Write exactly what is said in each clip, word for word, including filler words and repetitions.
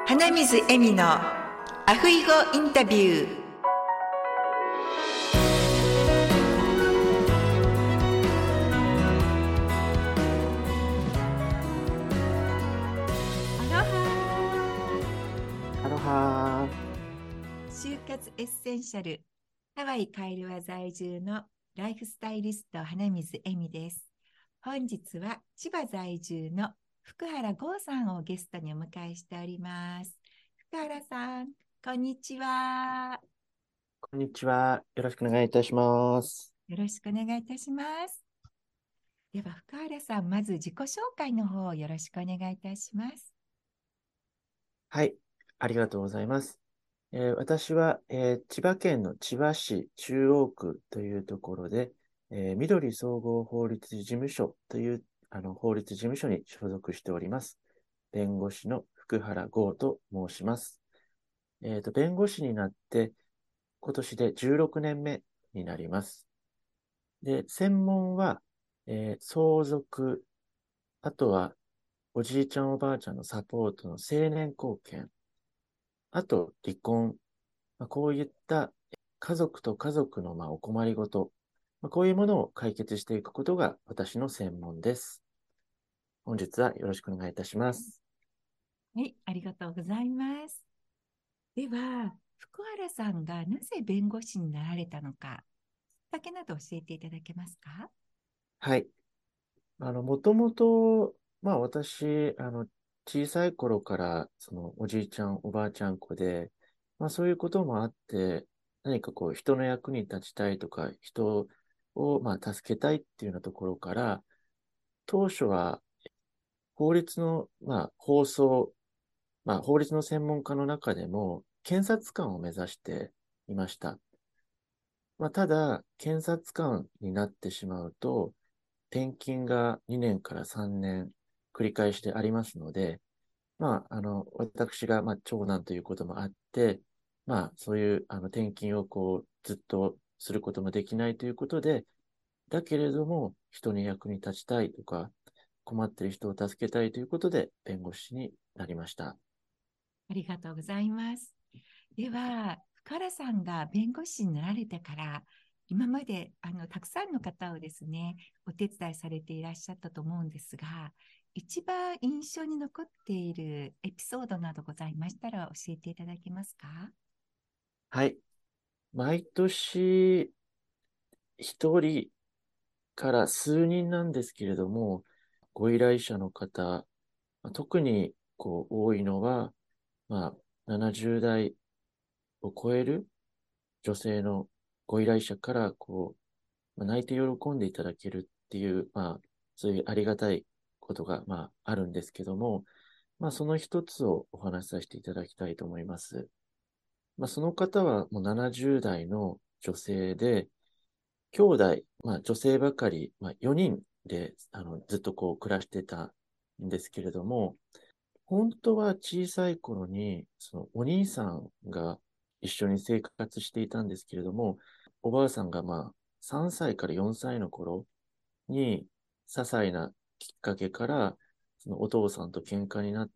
花水恵美のアフイゴインタビュー。アロハアロハー。就活エッセンシャル、ハワイカイルワ在住のライフスタイリスト花水恵美です。本日は千葉在住の福原剛さんをゲストにお迎えしております。福原さん、こんにちは。 こんにちは。よろしくお願いいたします。 よろしくお願いいたします。では、福原さん、まず自己紹介の方をよろしくお願いいたします。 はい、ありがとうございます。えー私は、えー千葉県の千葉市中央区というところで、えー緑総合法律事務所というあの法律事務所に所属しております。弁護士の福原剛と申します。えーと、弁護士になって今年でじゅうろくねんめになります。で、専門は、えー相続、あとはおじいちゃんおばあちゃんのサポートの成年後見、あと離婚、まあ、こういった家族と家族のまあお困りごと、まあ、こういうものを解決していくことが私の専門です。本日はよろしくお願いいたします。 はい、ありがとうございます。では、福原さんがなぜ弁護士になられたのか、きっかけなど教えていただけますか？ はい。あの、もともと、まあ私、あの、小さい頃から、そのおじいちゃん、おばあちゃん子で、まあそういうこともあって、何かこう人の役に立ちたいとか、人をまあ助けたいっていうようなところから、当初は法律の、まあ、放送、まあ、法律の専門家の中でも、検察官を目指していました。まあ、ただ、検察官になってしまうと、転勤がにねんからさんねん繰り返しでありますので、まあ、あの、私が、まあ、長男ということもあって、まあ、そういう、あの、転勤をこう、ずっとすることもできないということで、だけれども、人に役に立ちたいとか、困っている人を助けたいということで、弁護士になりました。 ありがとうございます。では、福原さんが弁護士になられてから、今まであのたくさんの方をですね、お手伝いされていらっしゃったと思うんですが、一番印象に残っているエピソードなどございましたら教えていただけますか？ はい。毎年、一人から数人なんですけれども、ご依頼者の方、まあ特にこう多いのは、まあ、ななじゅう代を超える女性のご依頼者から、こう、まあ、泣いて喜んでいただけるっていう、まあ、そういうありがたいことが、まあ、あるんですけども、まあ、その一つをお話しさせていただきたいと思います。まあ、その方はもうななじゅう代の女性で、兄弟、まあ、女性ばかり、まあ、よにんであのずっとこう暮らしてたんですけれども、本当は小さい頃に、そのお兄さんが一緒に生活していたんですけれども、おばあさんがまあさんさいからよんさいの頃に、些細なきっかけから、そのお父さんと喧嘩になって、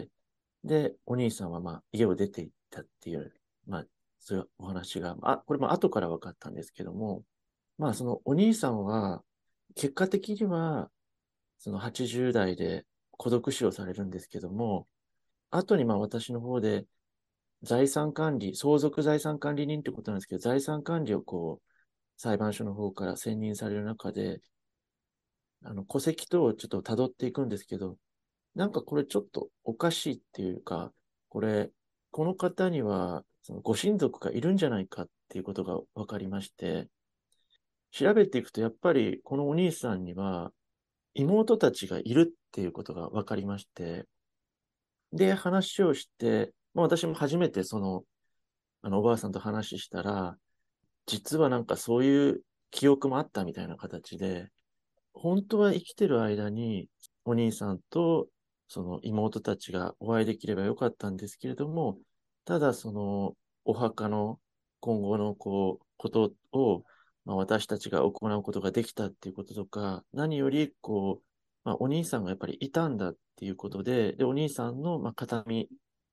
で、お兄さんはまあ家を出て行ったっていう、まあそういうお話が、あ、これも後から分かったんですけども、まあそのお兄さんは、結果的には、そのはちじゅう代で孤独死をされるんですけども、後にまあ私の方で財産管理、相続財産管理人ってことなんですけど、財産管理をこう、裁判所の方から選任される中で、あの、戸籍等をちょっと辿っていくんですけど、なんかこれちょっとおかしいっていうか、これ、この方には、そのご親族がいるんじゃないかっていうことが分かりまして、調べていくとやっぱりこのお兄さんには妹たちがいるっていうことが分かりまして、で、話をして、まあ、私も初めてその、あの、おばあさんと話したら、実はなんかそういう記憶もあったみたいな形で、本当は生きてる間にお兄さんとその妹たちがお会いできればよかったんですけれども、ただそのお墓の今後のこう、ことを、まあ、私たちが行うことができたっていうこととか、何よりこう、まあ、お兄さんがやっぱりいたんだっていうことで、で、お兄さんのまあ形見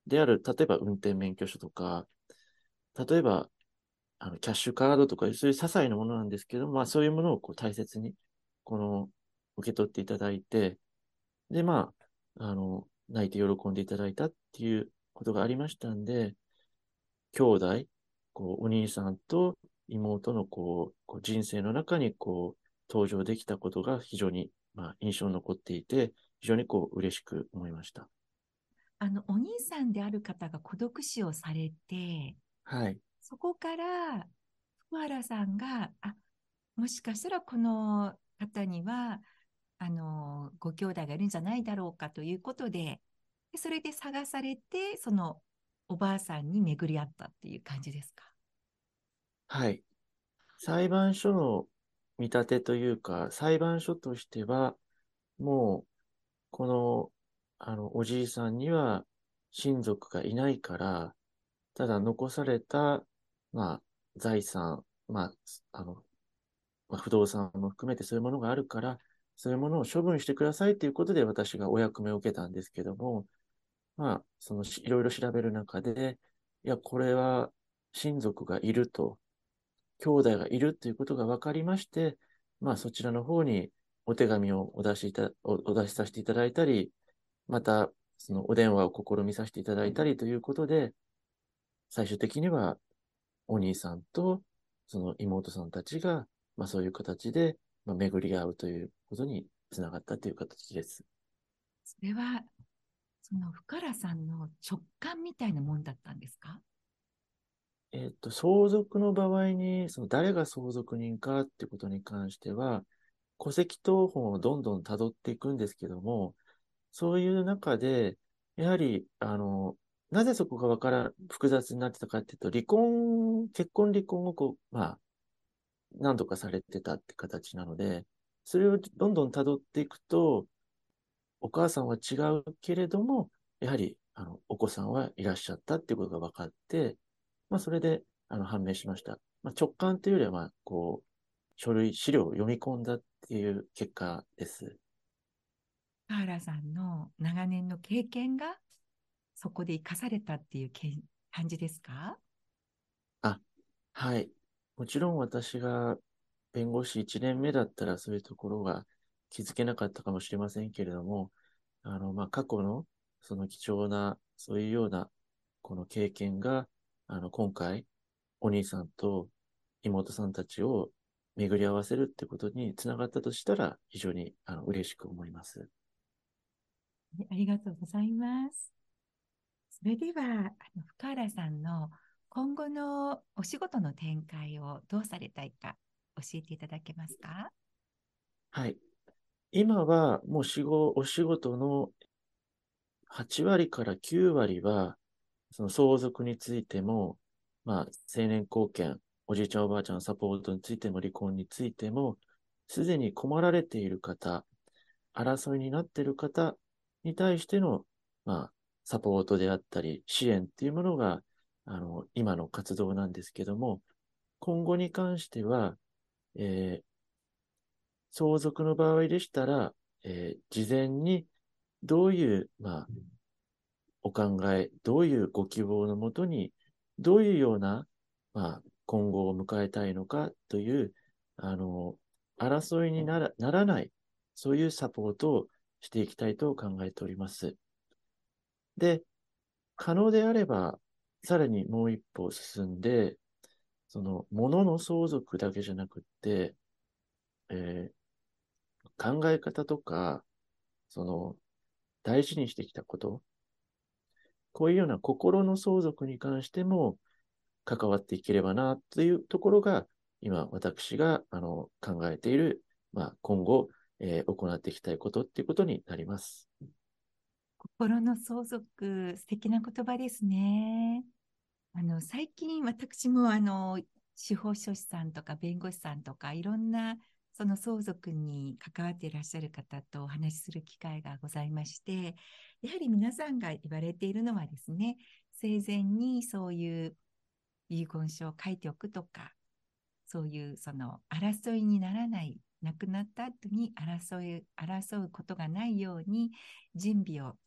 である、例えば運転免許証とか、例えばあのキャッシュカードとか、そういう些細なものなんですけど、まあそういうものをこう大切に、この、受け取っていただいて、で、まあ、あの、泣いて喜んでいただいたっていうことがありましたんで、兄弟、こう、お兄さんと妹のこう、こう人生の中にこう、登場できたことが非常に、まあ、印象に残っていて、非常にこう、嬉しく思いました。 あの、お兄さんである方が孤独死をされて、 はい。 そこから福原さんが、あ、もしかしたらこの方には、あの、ご兄弟がいるんじゃないだろうかということで、でそれで探されて、そのおばあさんに巡り合ったっていう感じですか？ はい。裁判所の見立てというか、裁判所としては、もう、この、あの、おじいさんには親族がいないから、ただ残された、まあ、財産、まあ、あの、まあ、不動産も含めてそういうものがあるから、そういうものを処分してくださいということで私がお役目を受けたんですけども、まあ、そのいろいろ調べる中で、いや、これは親族がいると、兄弟がいるということが分かりまして、まあ、そちらの方にお手紙をお出しいた、お、お出しさせていただいたり、また、そのお電話を試みさせていただいたりということで、最終的にはお兄さんとその妹さんたちが、まあそういう形で、まあ、巡り合うということにつながったという形です。 それは、その福原さんの直感みたいなもんだったんですか？ えっと、相続の場合に、その誰が相続人かっていうことに関しては、戸籍謄本をどんどん辿っていくんですけども、そういう中で、やはり、あの、なぜそこがわから、複雑になってたかっていうと、離婚、結婚離婚をこう、まあ、何度かされてたって形なので、それをどんどん辿っていくと、お母さんは違うけれども、やはり、あの、お子さんはいらっしゃったっていうことが分かって、まあ、それで、あの、判明しました。まあ、直感というよりは、まあ、こう、書類、資料を読み込んだっていう結果です。 福原さんの長年の経験がそこで生かされたっていうけ感じですか？ あ、はい。もちろん私が弁護士いちねんめだったらそういうところが気づけなかったかもしれませんけれども、あの、まあ、過去のその貴重な、そういうようなこの経験が、あの、今回、お兄さんと妹さんたちを巡り合わせるってことにつながったとしたら、非常にあの嬉しく思います。 ありがとうございます。それでは、あの福原さんの今後のお仕事の展開をどうされたいか教えていただけますか？ はい。今はもう仕事、お仕事のはち割からきゅう割は、その相続についても、まあ、成年後見、おじいちゃんおばあちゃんのサポートについても、離婚についても、すでに困られている方、争いになっている方に対しての、まあ、サポートであったり、支援っていうものが、あの、今の活動なんですけども、今後に関しては、えー相続の場合でしたら、えー事前にどういう、まあ、お考え、どういうご希望のもとに、どういうような、まあ、今後を迎えたいのかという、あの、争いになら、ならない、そういうサポートをしていきたいと考えております。で、可能であれば、さらにもう一歩進んで、その、物の相続だけじゃなくって、えー考え方とか、その、大事にしてきたこと、こういうような心の相続に関しても関わっていければなというところが、今私があの考えている、まあ、今後、えー行っていきたいことっていうことになります。 心の相続、素敵な言葉ですね。あの、最近私もあの、司法書士さんとか弁護士さんとかいろんなその相続に関わっていらっしゃる方とお話しする機会がございまして、やはり皆さんが言われているのはですね、生前にそういう遺言書を書いておくとか、そういうその争いにならない、亡くなった後に争い、争うことがないように準備を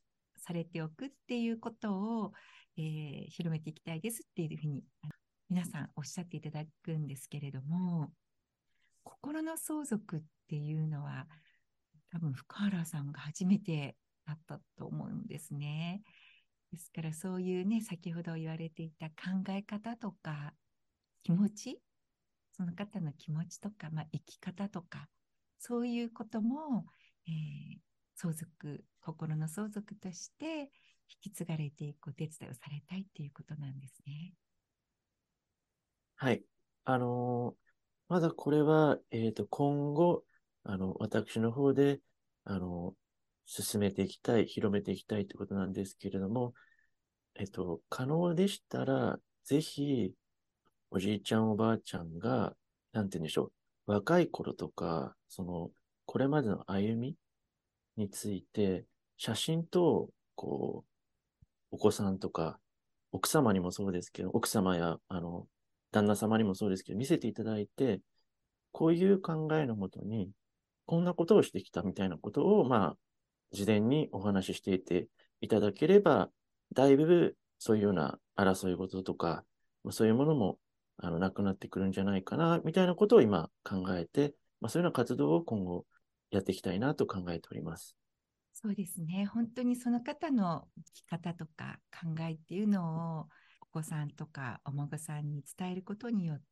されておくっていうことを、えー広めていきたいですっていうふうに皆さんおっしゃっていただくんですけれども、心の相続っていうのは多分福原さんが初めてだったと思うんですね。ですからそういうね、先ほど言われていた考え方とか気持ち、その方の気持ちとか、まあ、生き方とか、そういうことも、えー相続、心の相続として引き継がれていくお手伝いをされたいっていうことなんですね。 はい。あのーまだこれは、えっと、今後、あの、私の方で、あの、進めていきたい、広めていきたいということなんですけれども、えっと、可能でしたら、ぜひ、おじいちゃん、おばあちゃんが、なんて言うんでしょう、若い頃とか、その、これまでの歩みについて、写真と、こう、お子さんとか、奥様にもそうですけど、奥様や、あの、旦那様にもそうですけど、見せていただいて、こういう考えのもとに、こんなことをしてきたみたいなことを、まあ、事前にお話ししていていただければ、だいぶそういうような争い事とか、まあそういうものもあのなくなってくるんじゃないかな、みたいなことを今考えて、まあ、そういうような活動を今後やっていきたいなと考えております。 そうですね。本当にその方の生き方とか考えっていうのをお子さんとかお孫さんに伝えることによって、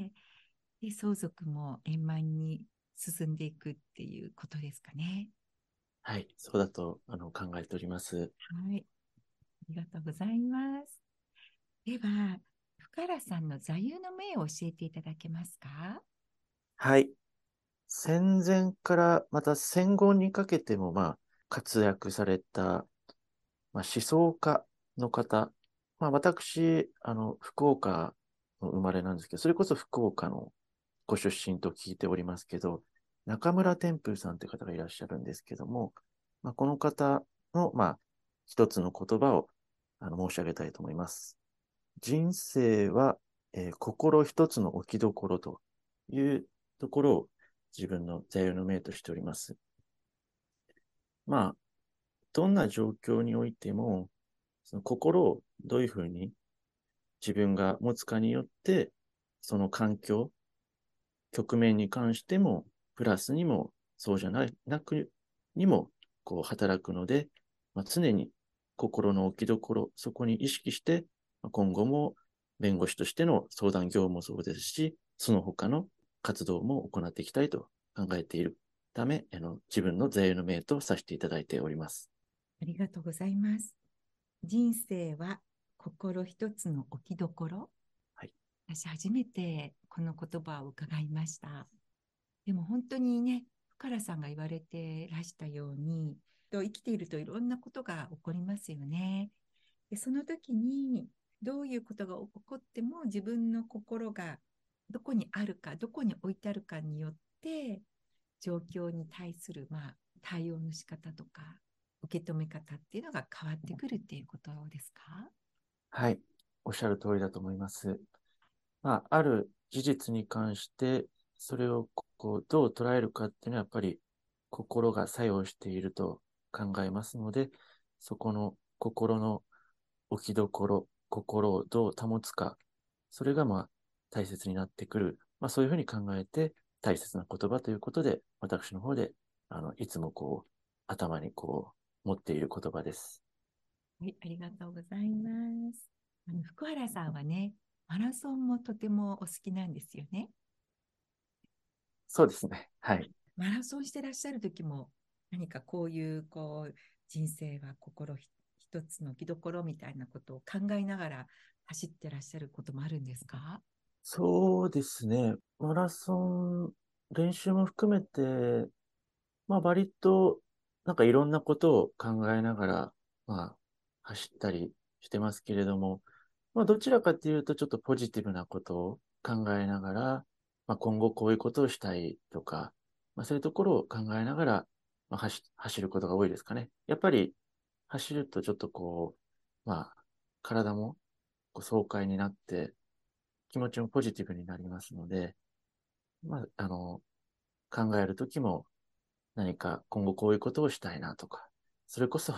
で相続も円満に進んでいくっていうことですかね。 はい、そうだとあの考えております。 はい。ありがとうございます。では、深原さんの座右の銘を教えていただけますか？ はい。戦前からまた戦後にかけても、まあ、活躍された、まあ、思想家の方、まあ、私、あの、福岡の生まれなんですけど、それこそ福岡のご出身と聞いておりますけど、中村天風さんという方がいらっしゃるんですけども、まあ、この方の、まあ、一つの言葉をあの申し上げたいと思います。人生は、えー心一つの置きどころというところを自分の座右の銘としております。まあ、どんな状況においても、その心をどういうふうに自分が持つかによって、その環境、局面に関しても、プラスにも、そうじゃない、なくにも、こう働くので、まあ、常に心の置きどころ、そこに意識して、今後も弁護士としての相談業務もそうですし、その他の活動も行っていきたいと考えているため、あの自分の座右の銘とさせていただいております。 ありがとうございます。人生は心一つの置きどころ。 はい。 私初めてこの言葉を伺いました。でも本当にね、深原さんが言われてらしたように、生きているといろんなことが起こりますよね。で、その時にどういうことが起こっても自分の心がどこにあるか、どこに置いてあるかによって、状況に対する、まあ、対応の仕方とか、受け止め方っていうのが変わってくるっていうことですか？ はい。おっしゃる通りだと思います。まあ、ある事実に関して、それをこうどう捉えるかっていうのは、やっぱり心が作用していると考えますので、そこの心の置きどころ、心をどう保つか、それがまあ大切になってくる。まあそういうふうに考えて大切な言葉ということで、私の方で、あの、いつもこう、頭にこう、持っている言葉です。 はい、ありがとうございます。あの福原さんはね、マラソンもとてもお好きなんですよね。 そうですね。はい。 マラソンしてらっしゃる時も、何かこういう、こう、人生は心一つの置きどころみたいなことを考えながら走ってらっしゃることもあるんですか？ そうですね。マラソン、練習も含めて、まあ割と、なんかいろんなことを考えながら、まあ走ったりしてますけれども、まあどちらかというとちょっとポジティブなことを考えながら、まあ今後こういうことをしたいとか、まあそういうところを考えながら、まあ、走、走ることが多いですかね。やっぱり走るとちょっとこう、まあ体もこう爽快になって気持ちもポジティブになりますので、まああの、考えるときも何か今後こういうことをしたいなとか、それこそ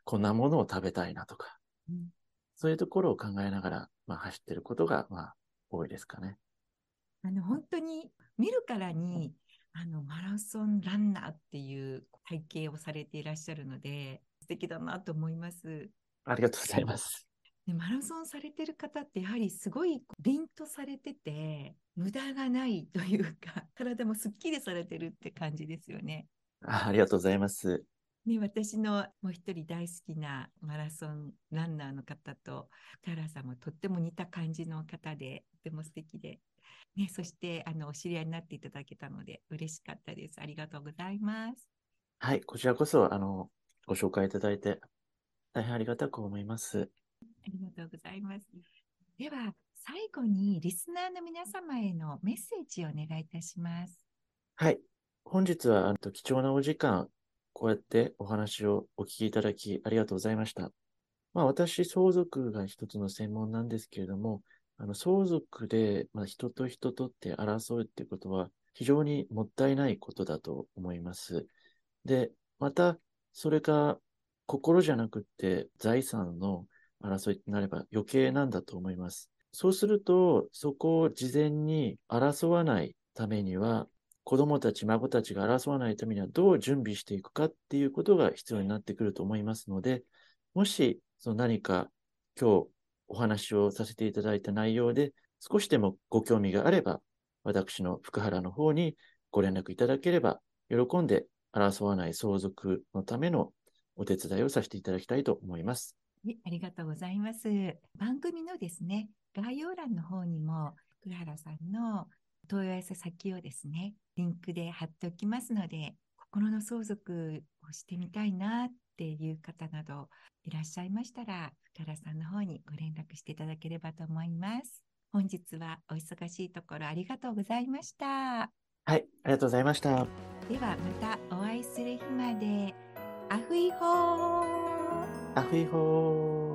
こんなものを食べたいなとか、 うん、 そういうところを考えながら、まあ、走ってることが、まあ、多いですかね。 あの本当に見るからにあのマラソンランナーっていう体型をされていらっしゃるので素敵だなと思います。 ありがとうございます。 でマラソンされてる方ってやはりすごい凛とされてて無駄がないというか体もすっきりされてるって感じですよね。 あ、ありがとうございます。 ね、私のもう一人大好きなマラソンランナーの方と福原さんもとっても似た感じの方でとても素敵で、ね、そしてあのお知り合いになっていただけたので嬉しかったです。ありがとうございます。 はい、こちらこそ、あの、ご紹介いただいて、大変ありがたく思います。 ありがとうございます。では最後にリスナーの皆様へのメッセージをお願いいたします。 はい。本日は、あの、貴重なお時間、こうやってお話をお聞きいただき、ありがとうございました。まあ、私、相続が一つの専門なんですけれども、あの、相続で、まあ、人と人とって争うってことは、非常にもったいないことだと思います。で、また、それが心じゃなくって財産の争いになれば余計なんだと思います。そうすると、そこを事前に争わないためには、子供たち、孫たちが争わないためにはどう準備していくかっていうことが必要になってくると思いますので、もし、その何か今日お話をさせていただいた内容で少しでもご興味があれば、私の福原の方にご連絡いただければ、喜んで争わない相続のためのお手伝いをさせていただきたいと思います。 ありがとうございます。番組のですね、概要欄の方にも、福原さんの問い合わせ先をですね、リンクで貼っておきますので、心の相続をしてみたいなっていう方などいらっしゃいましたら、福原さんの方にご連絡していただければと思います。本日はお忙しいところありがとうございました。 はい、ありがとうございました。 ではまたお会いする日まで、アフイホー。 アフイホー。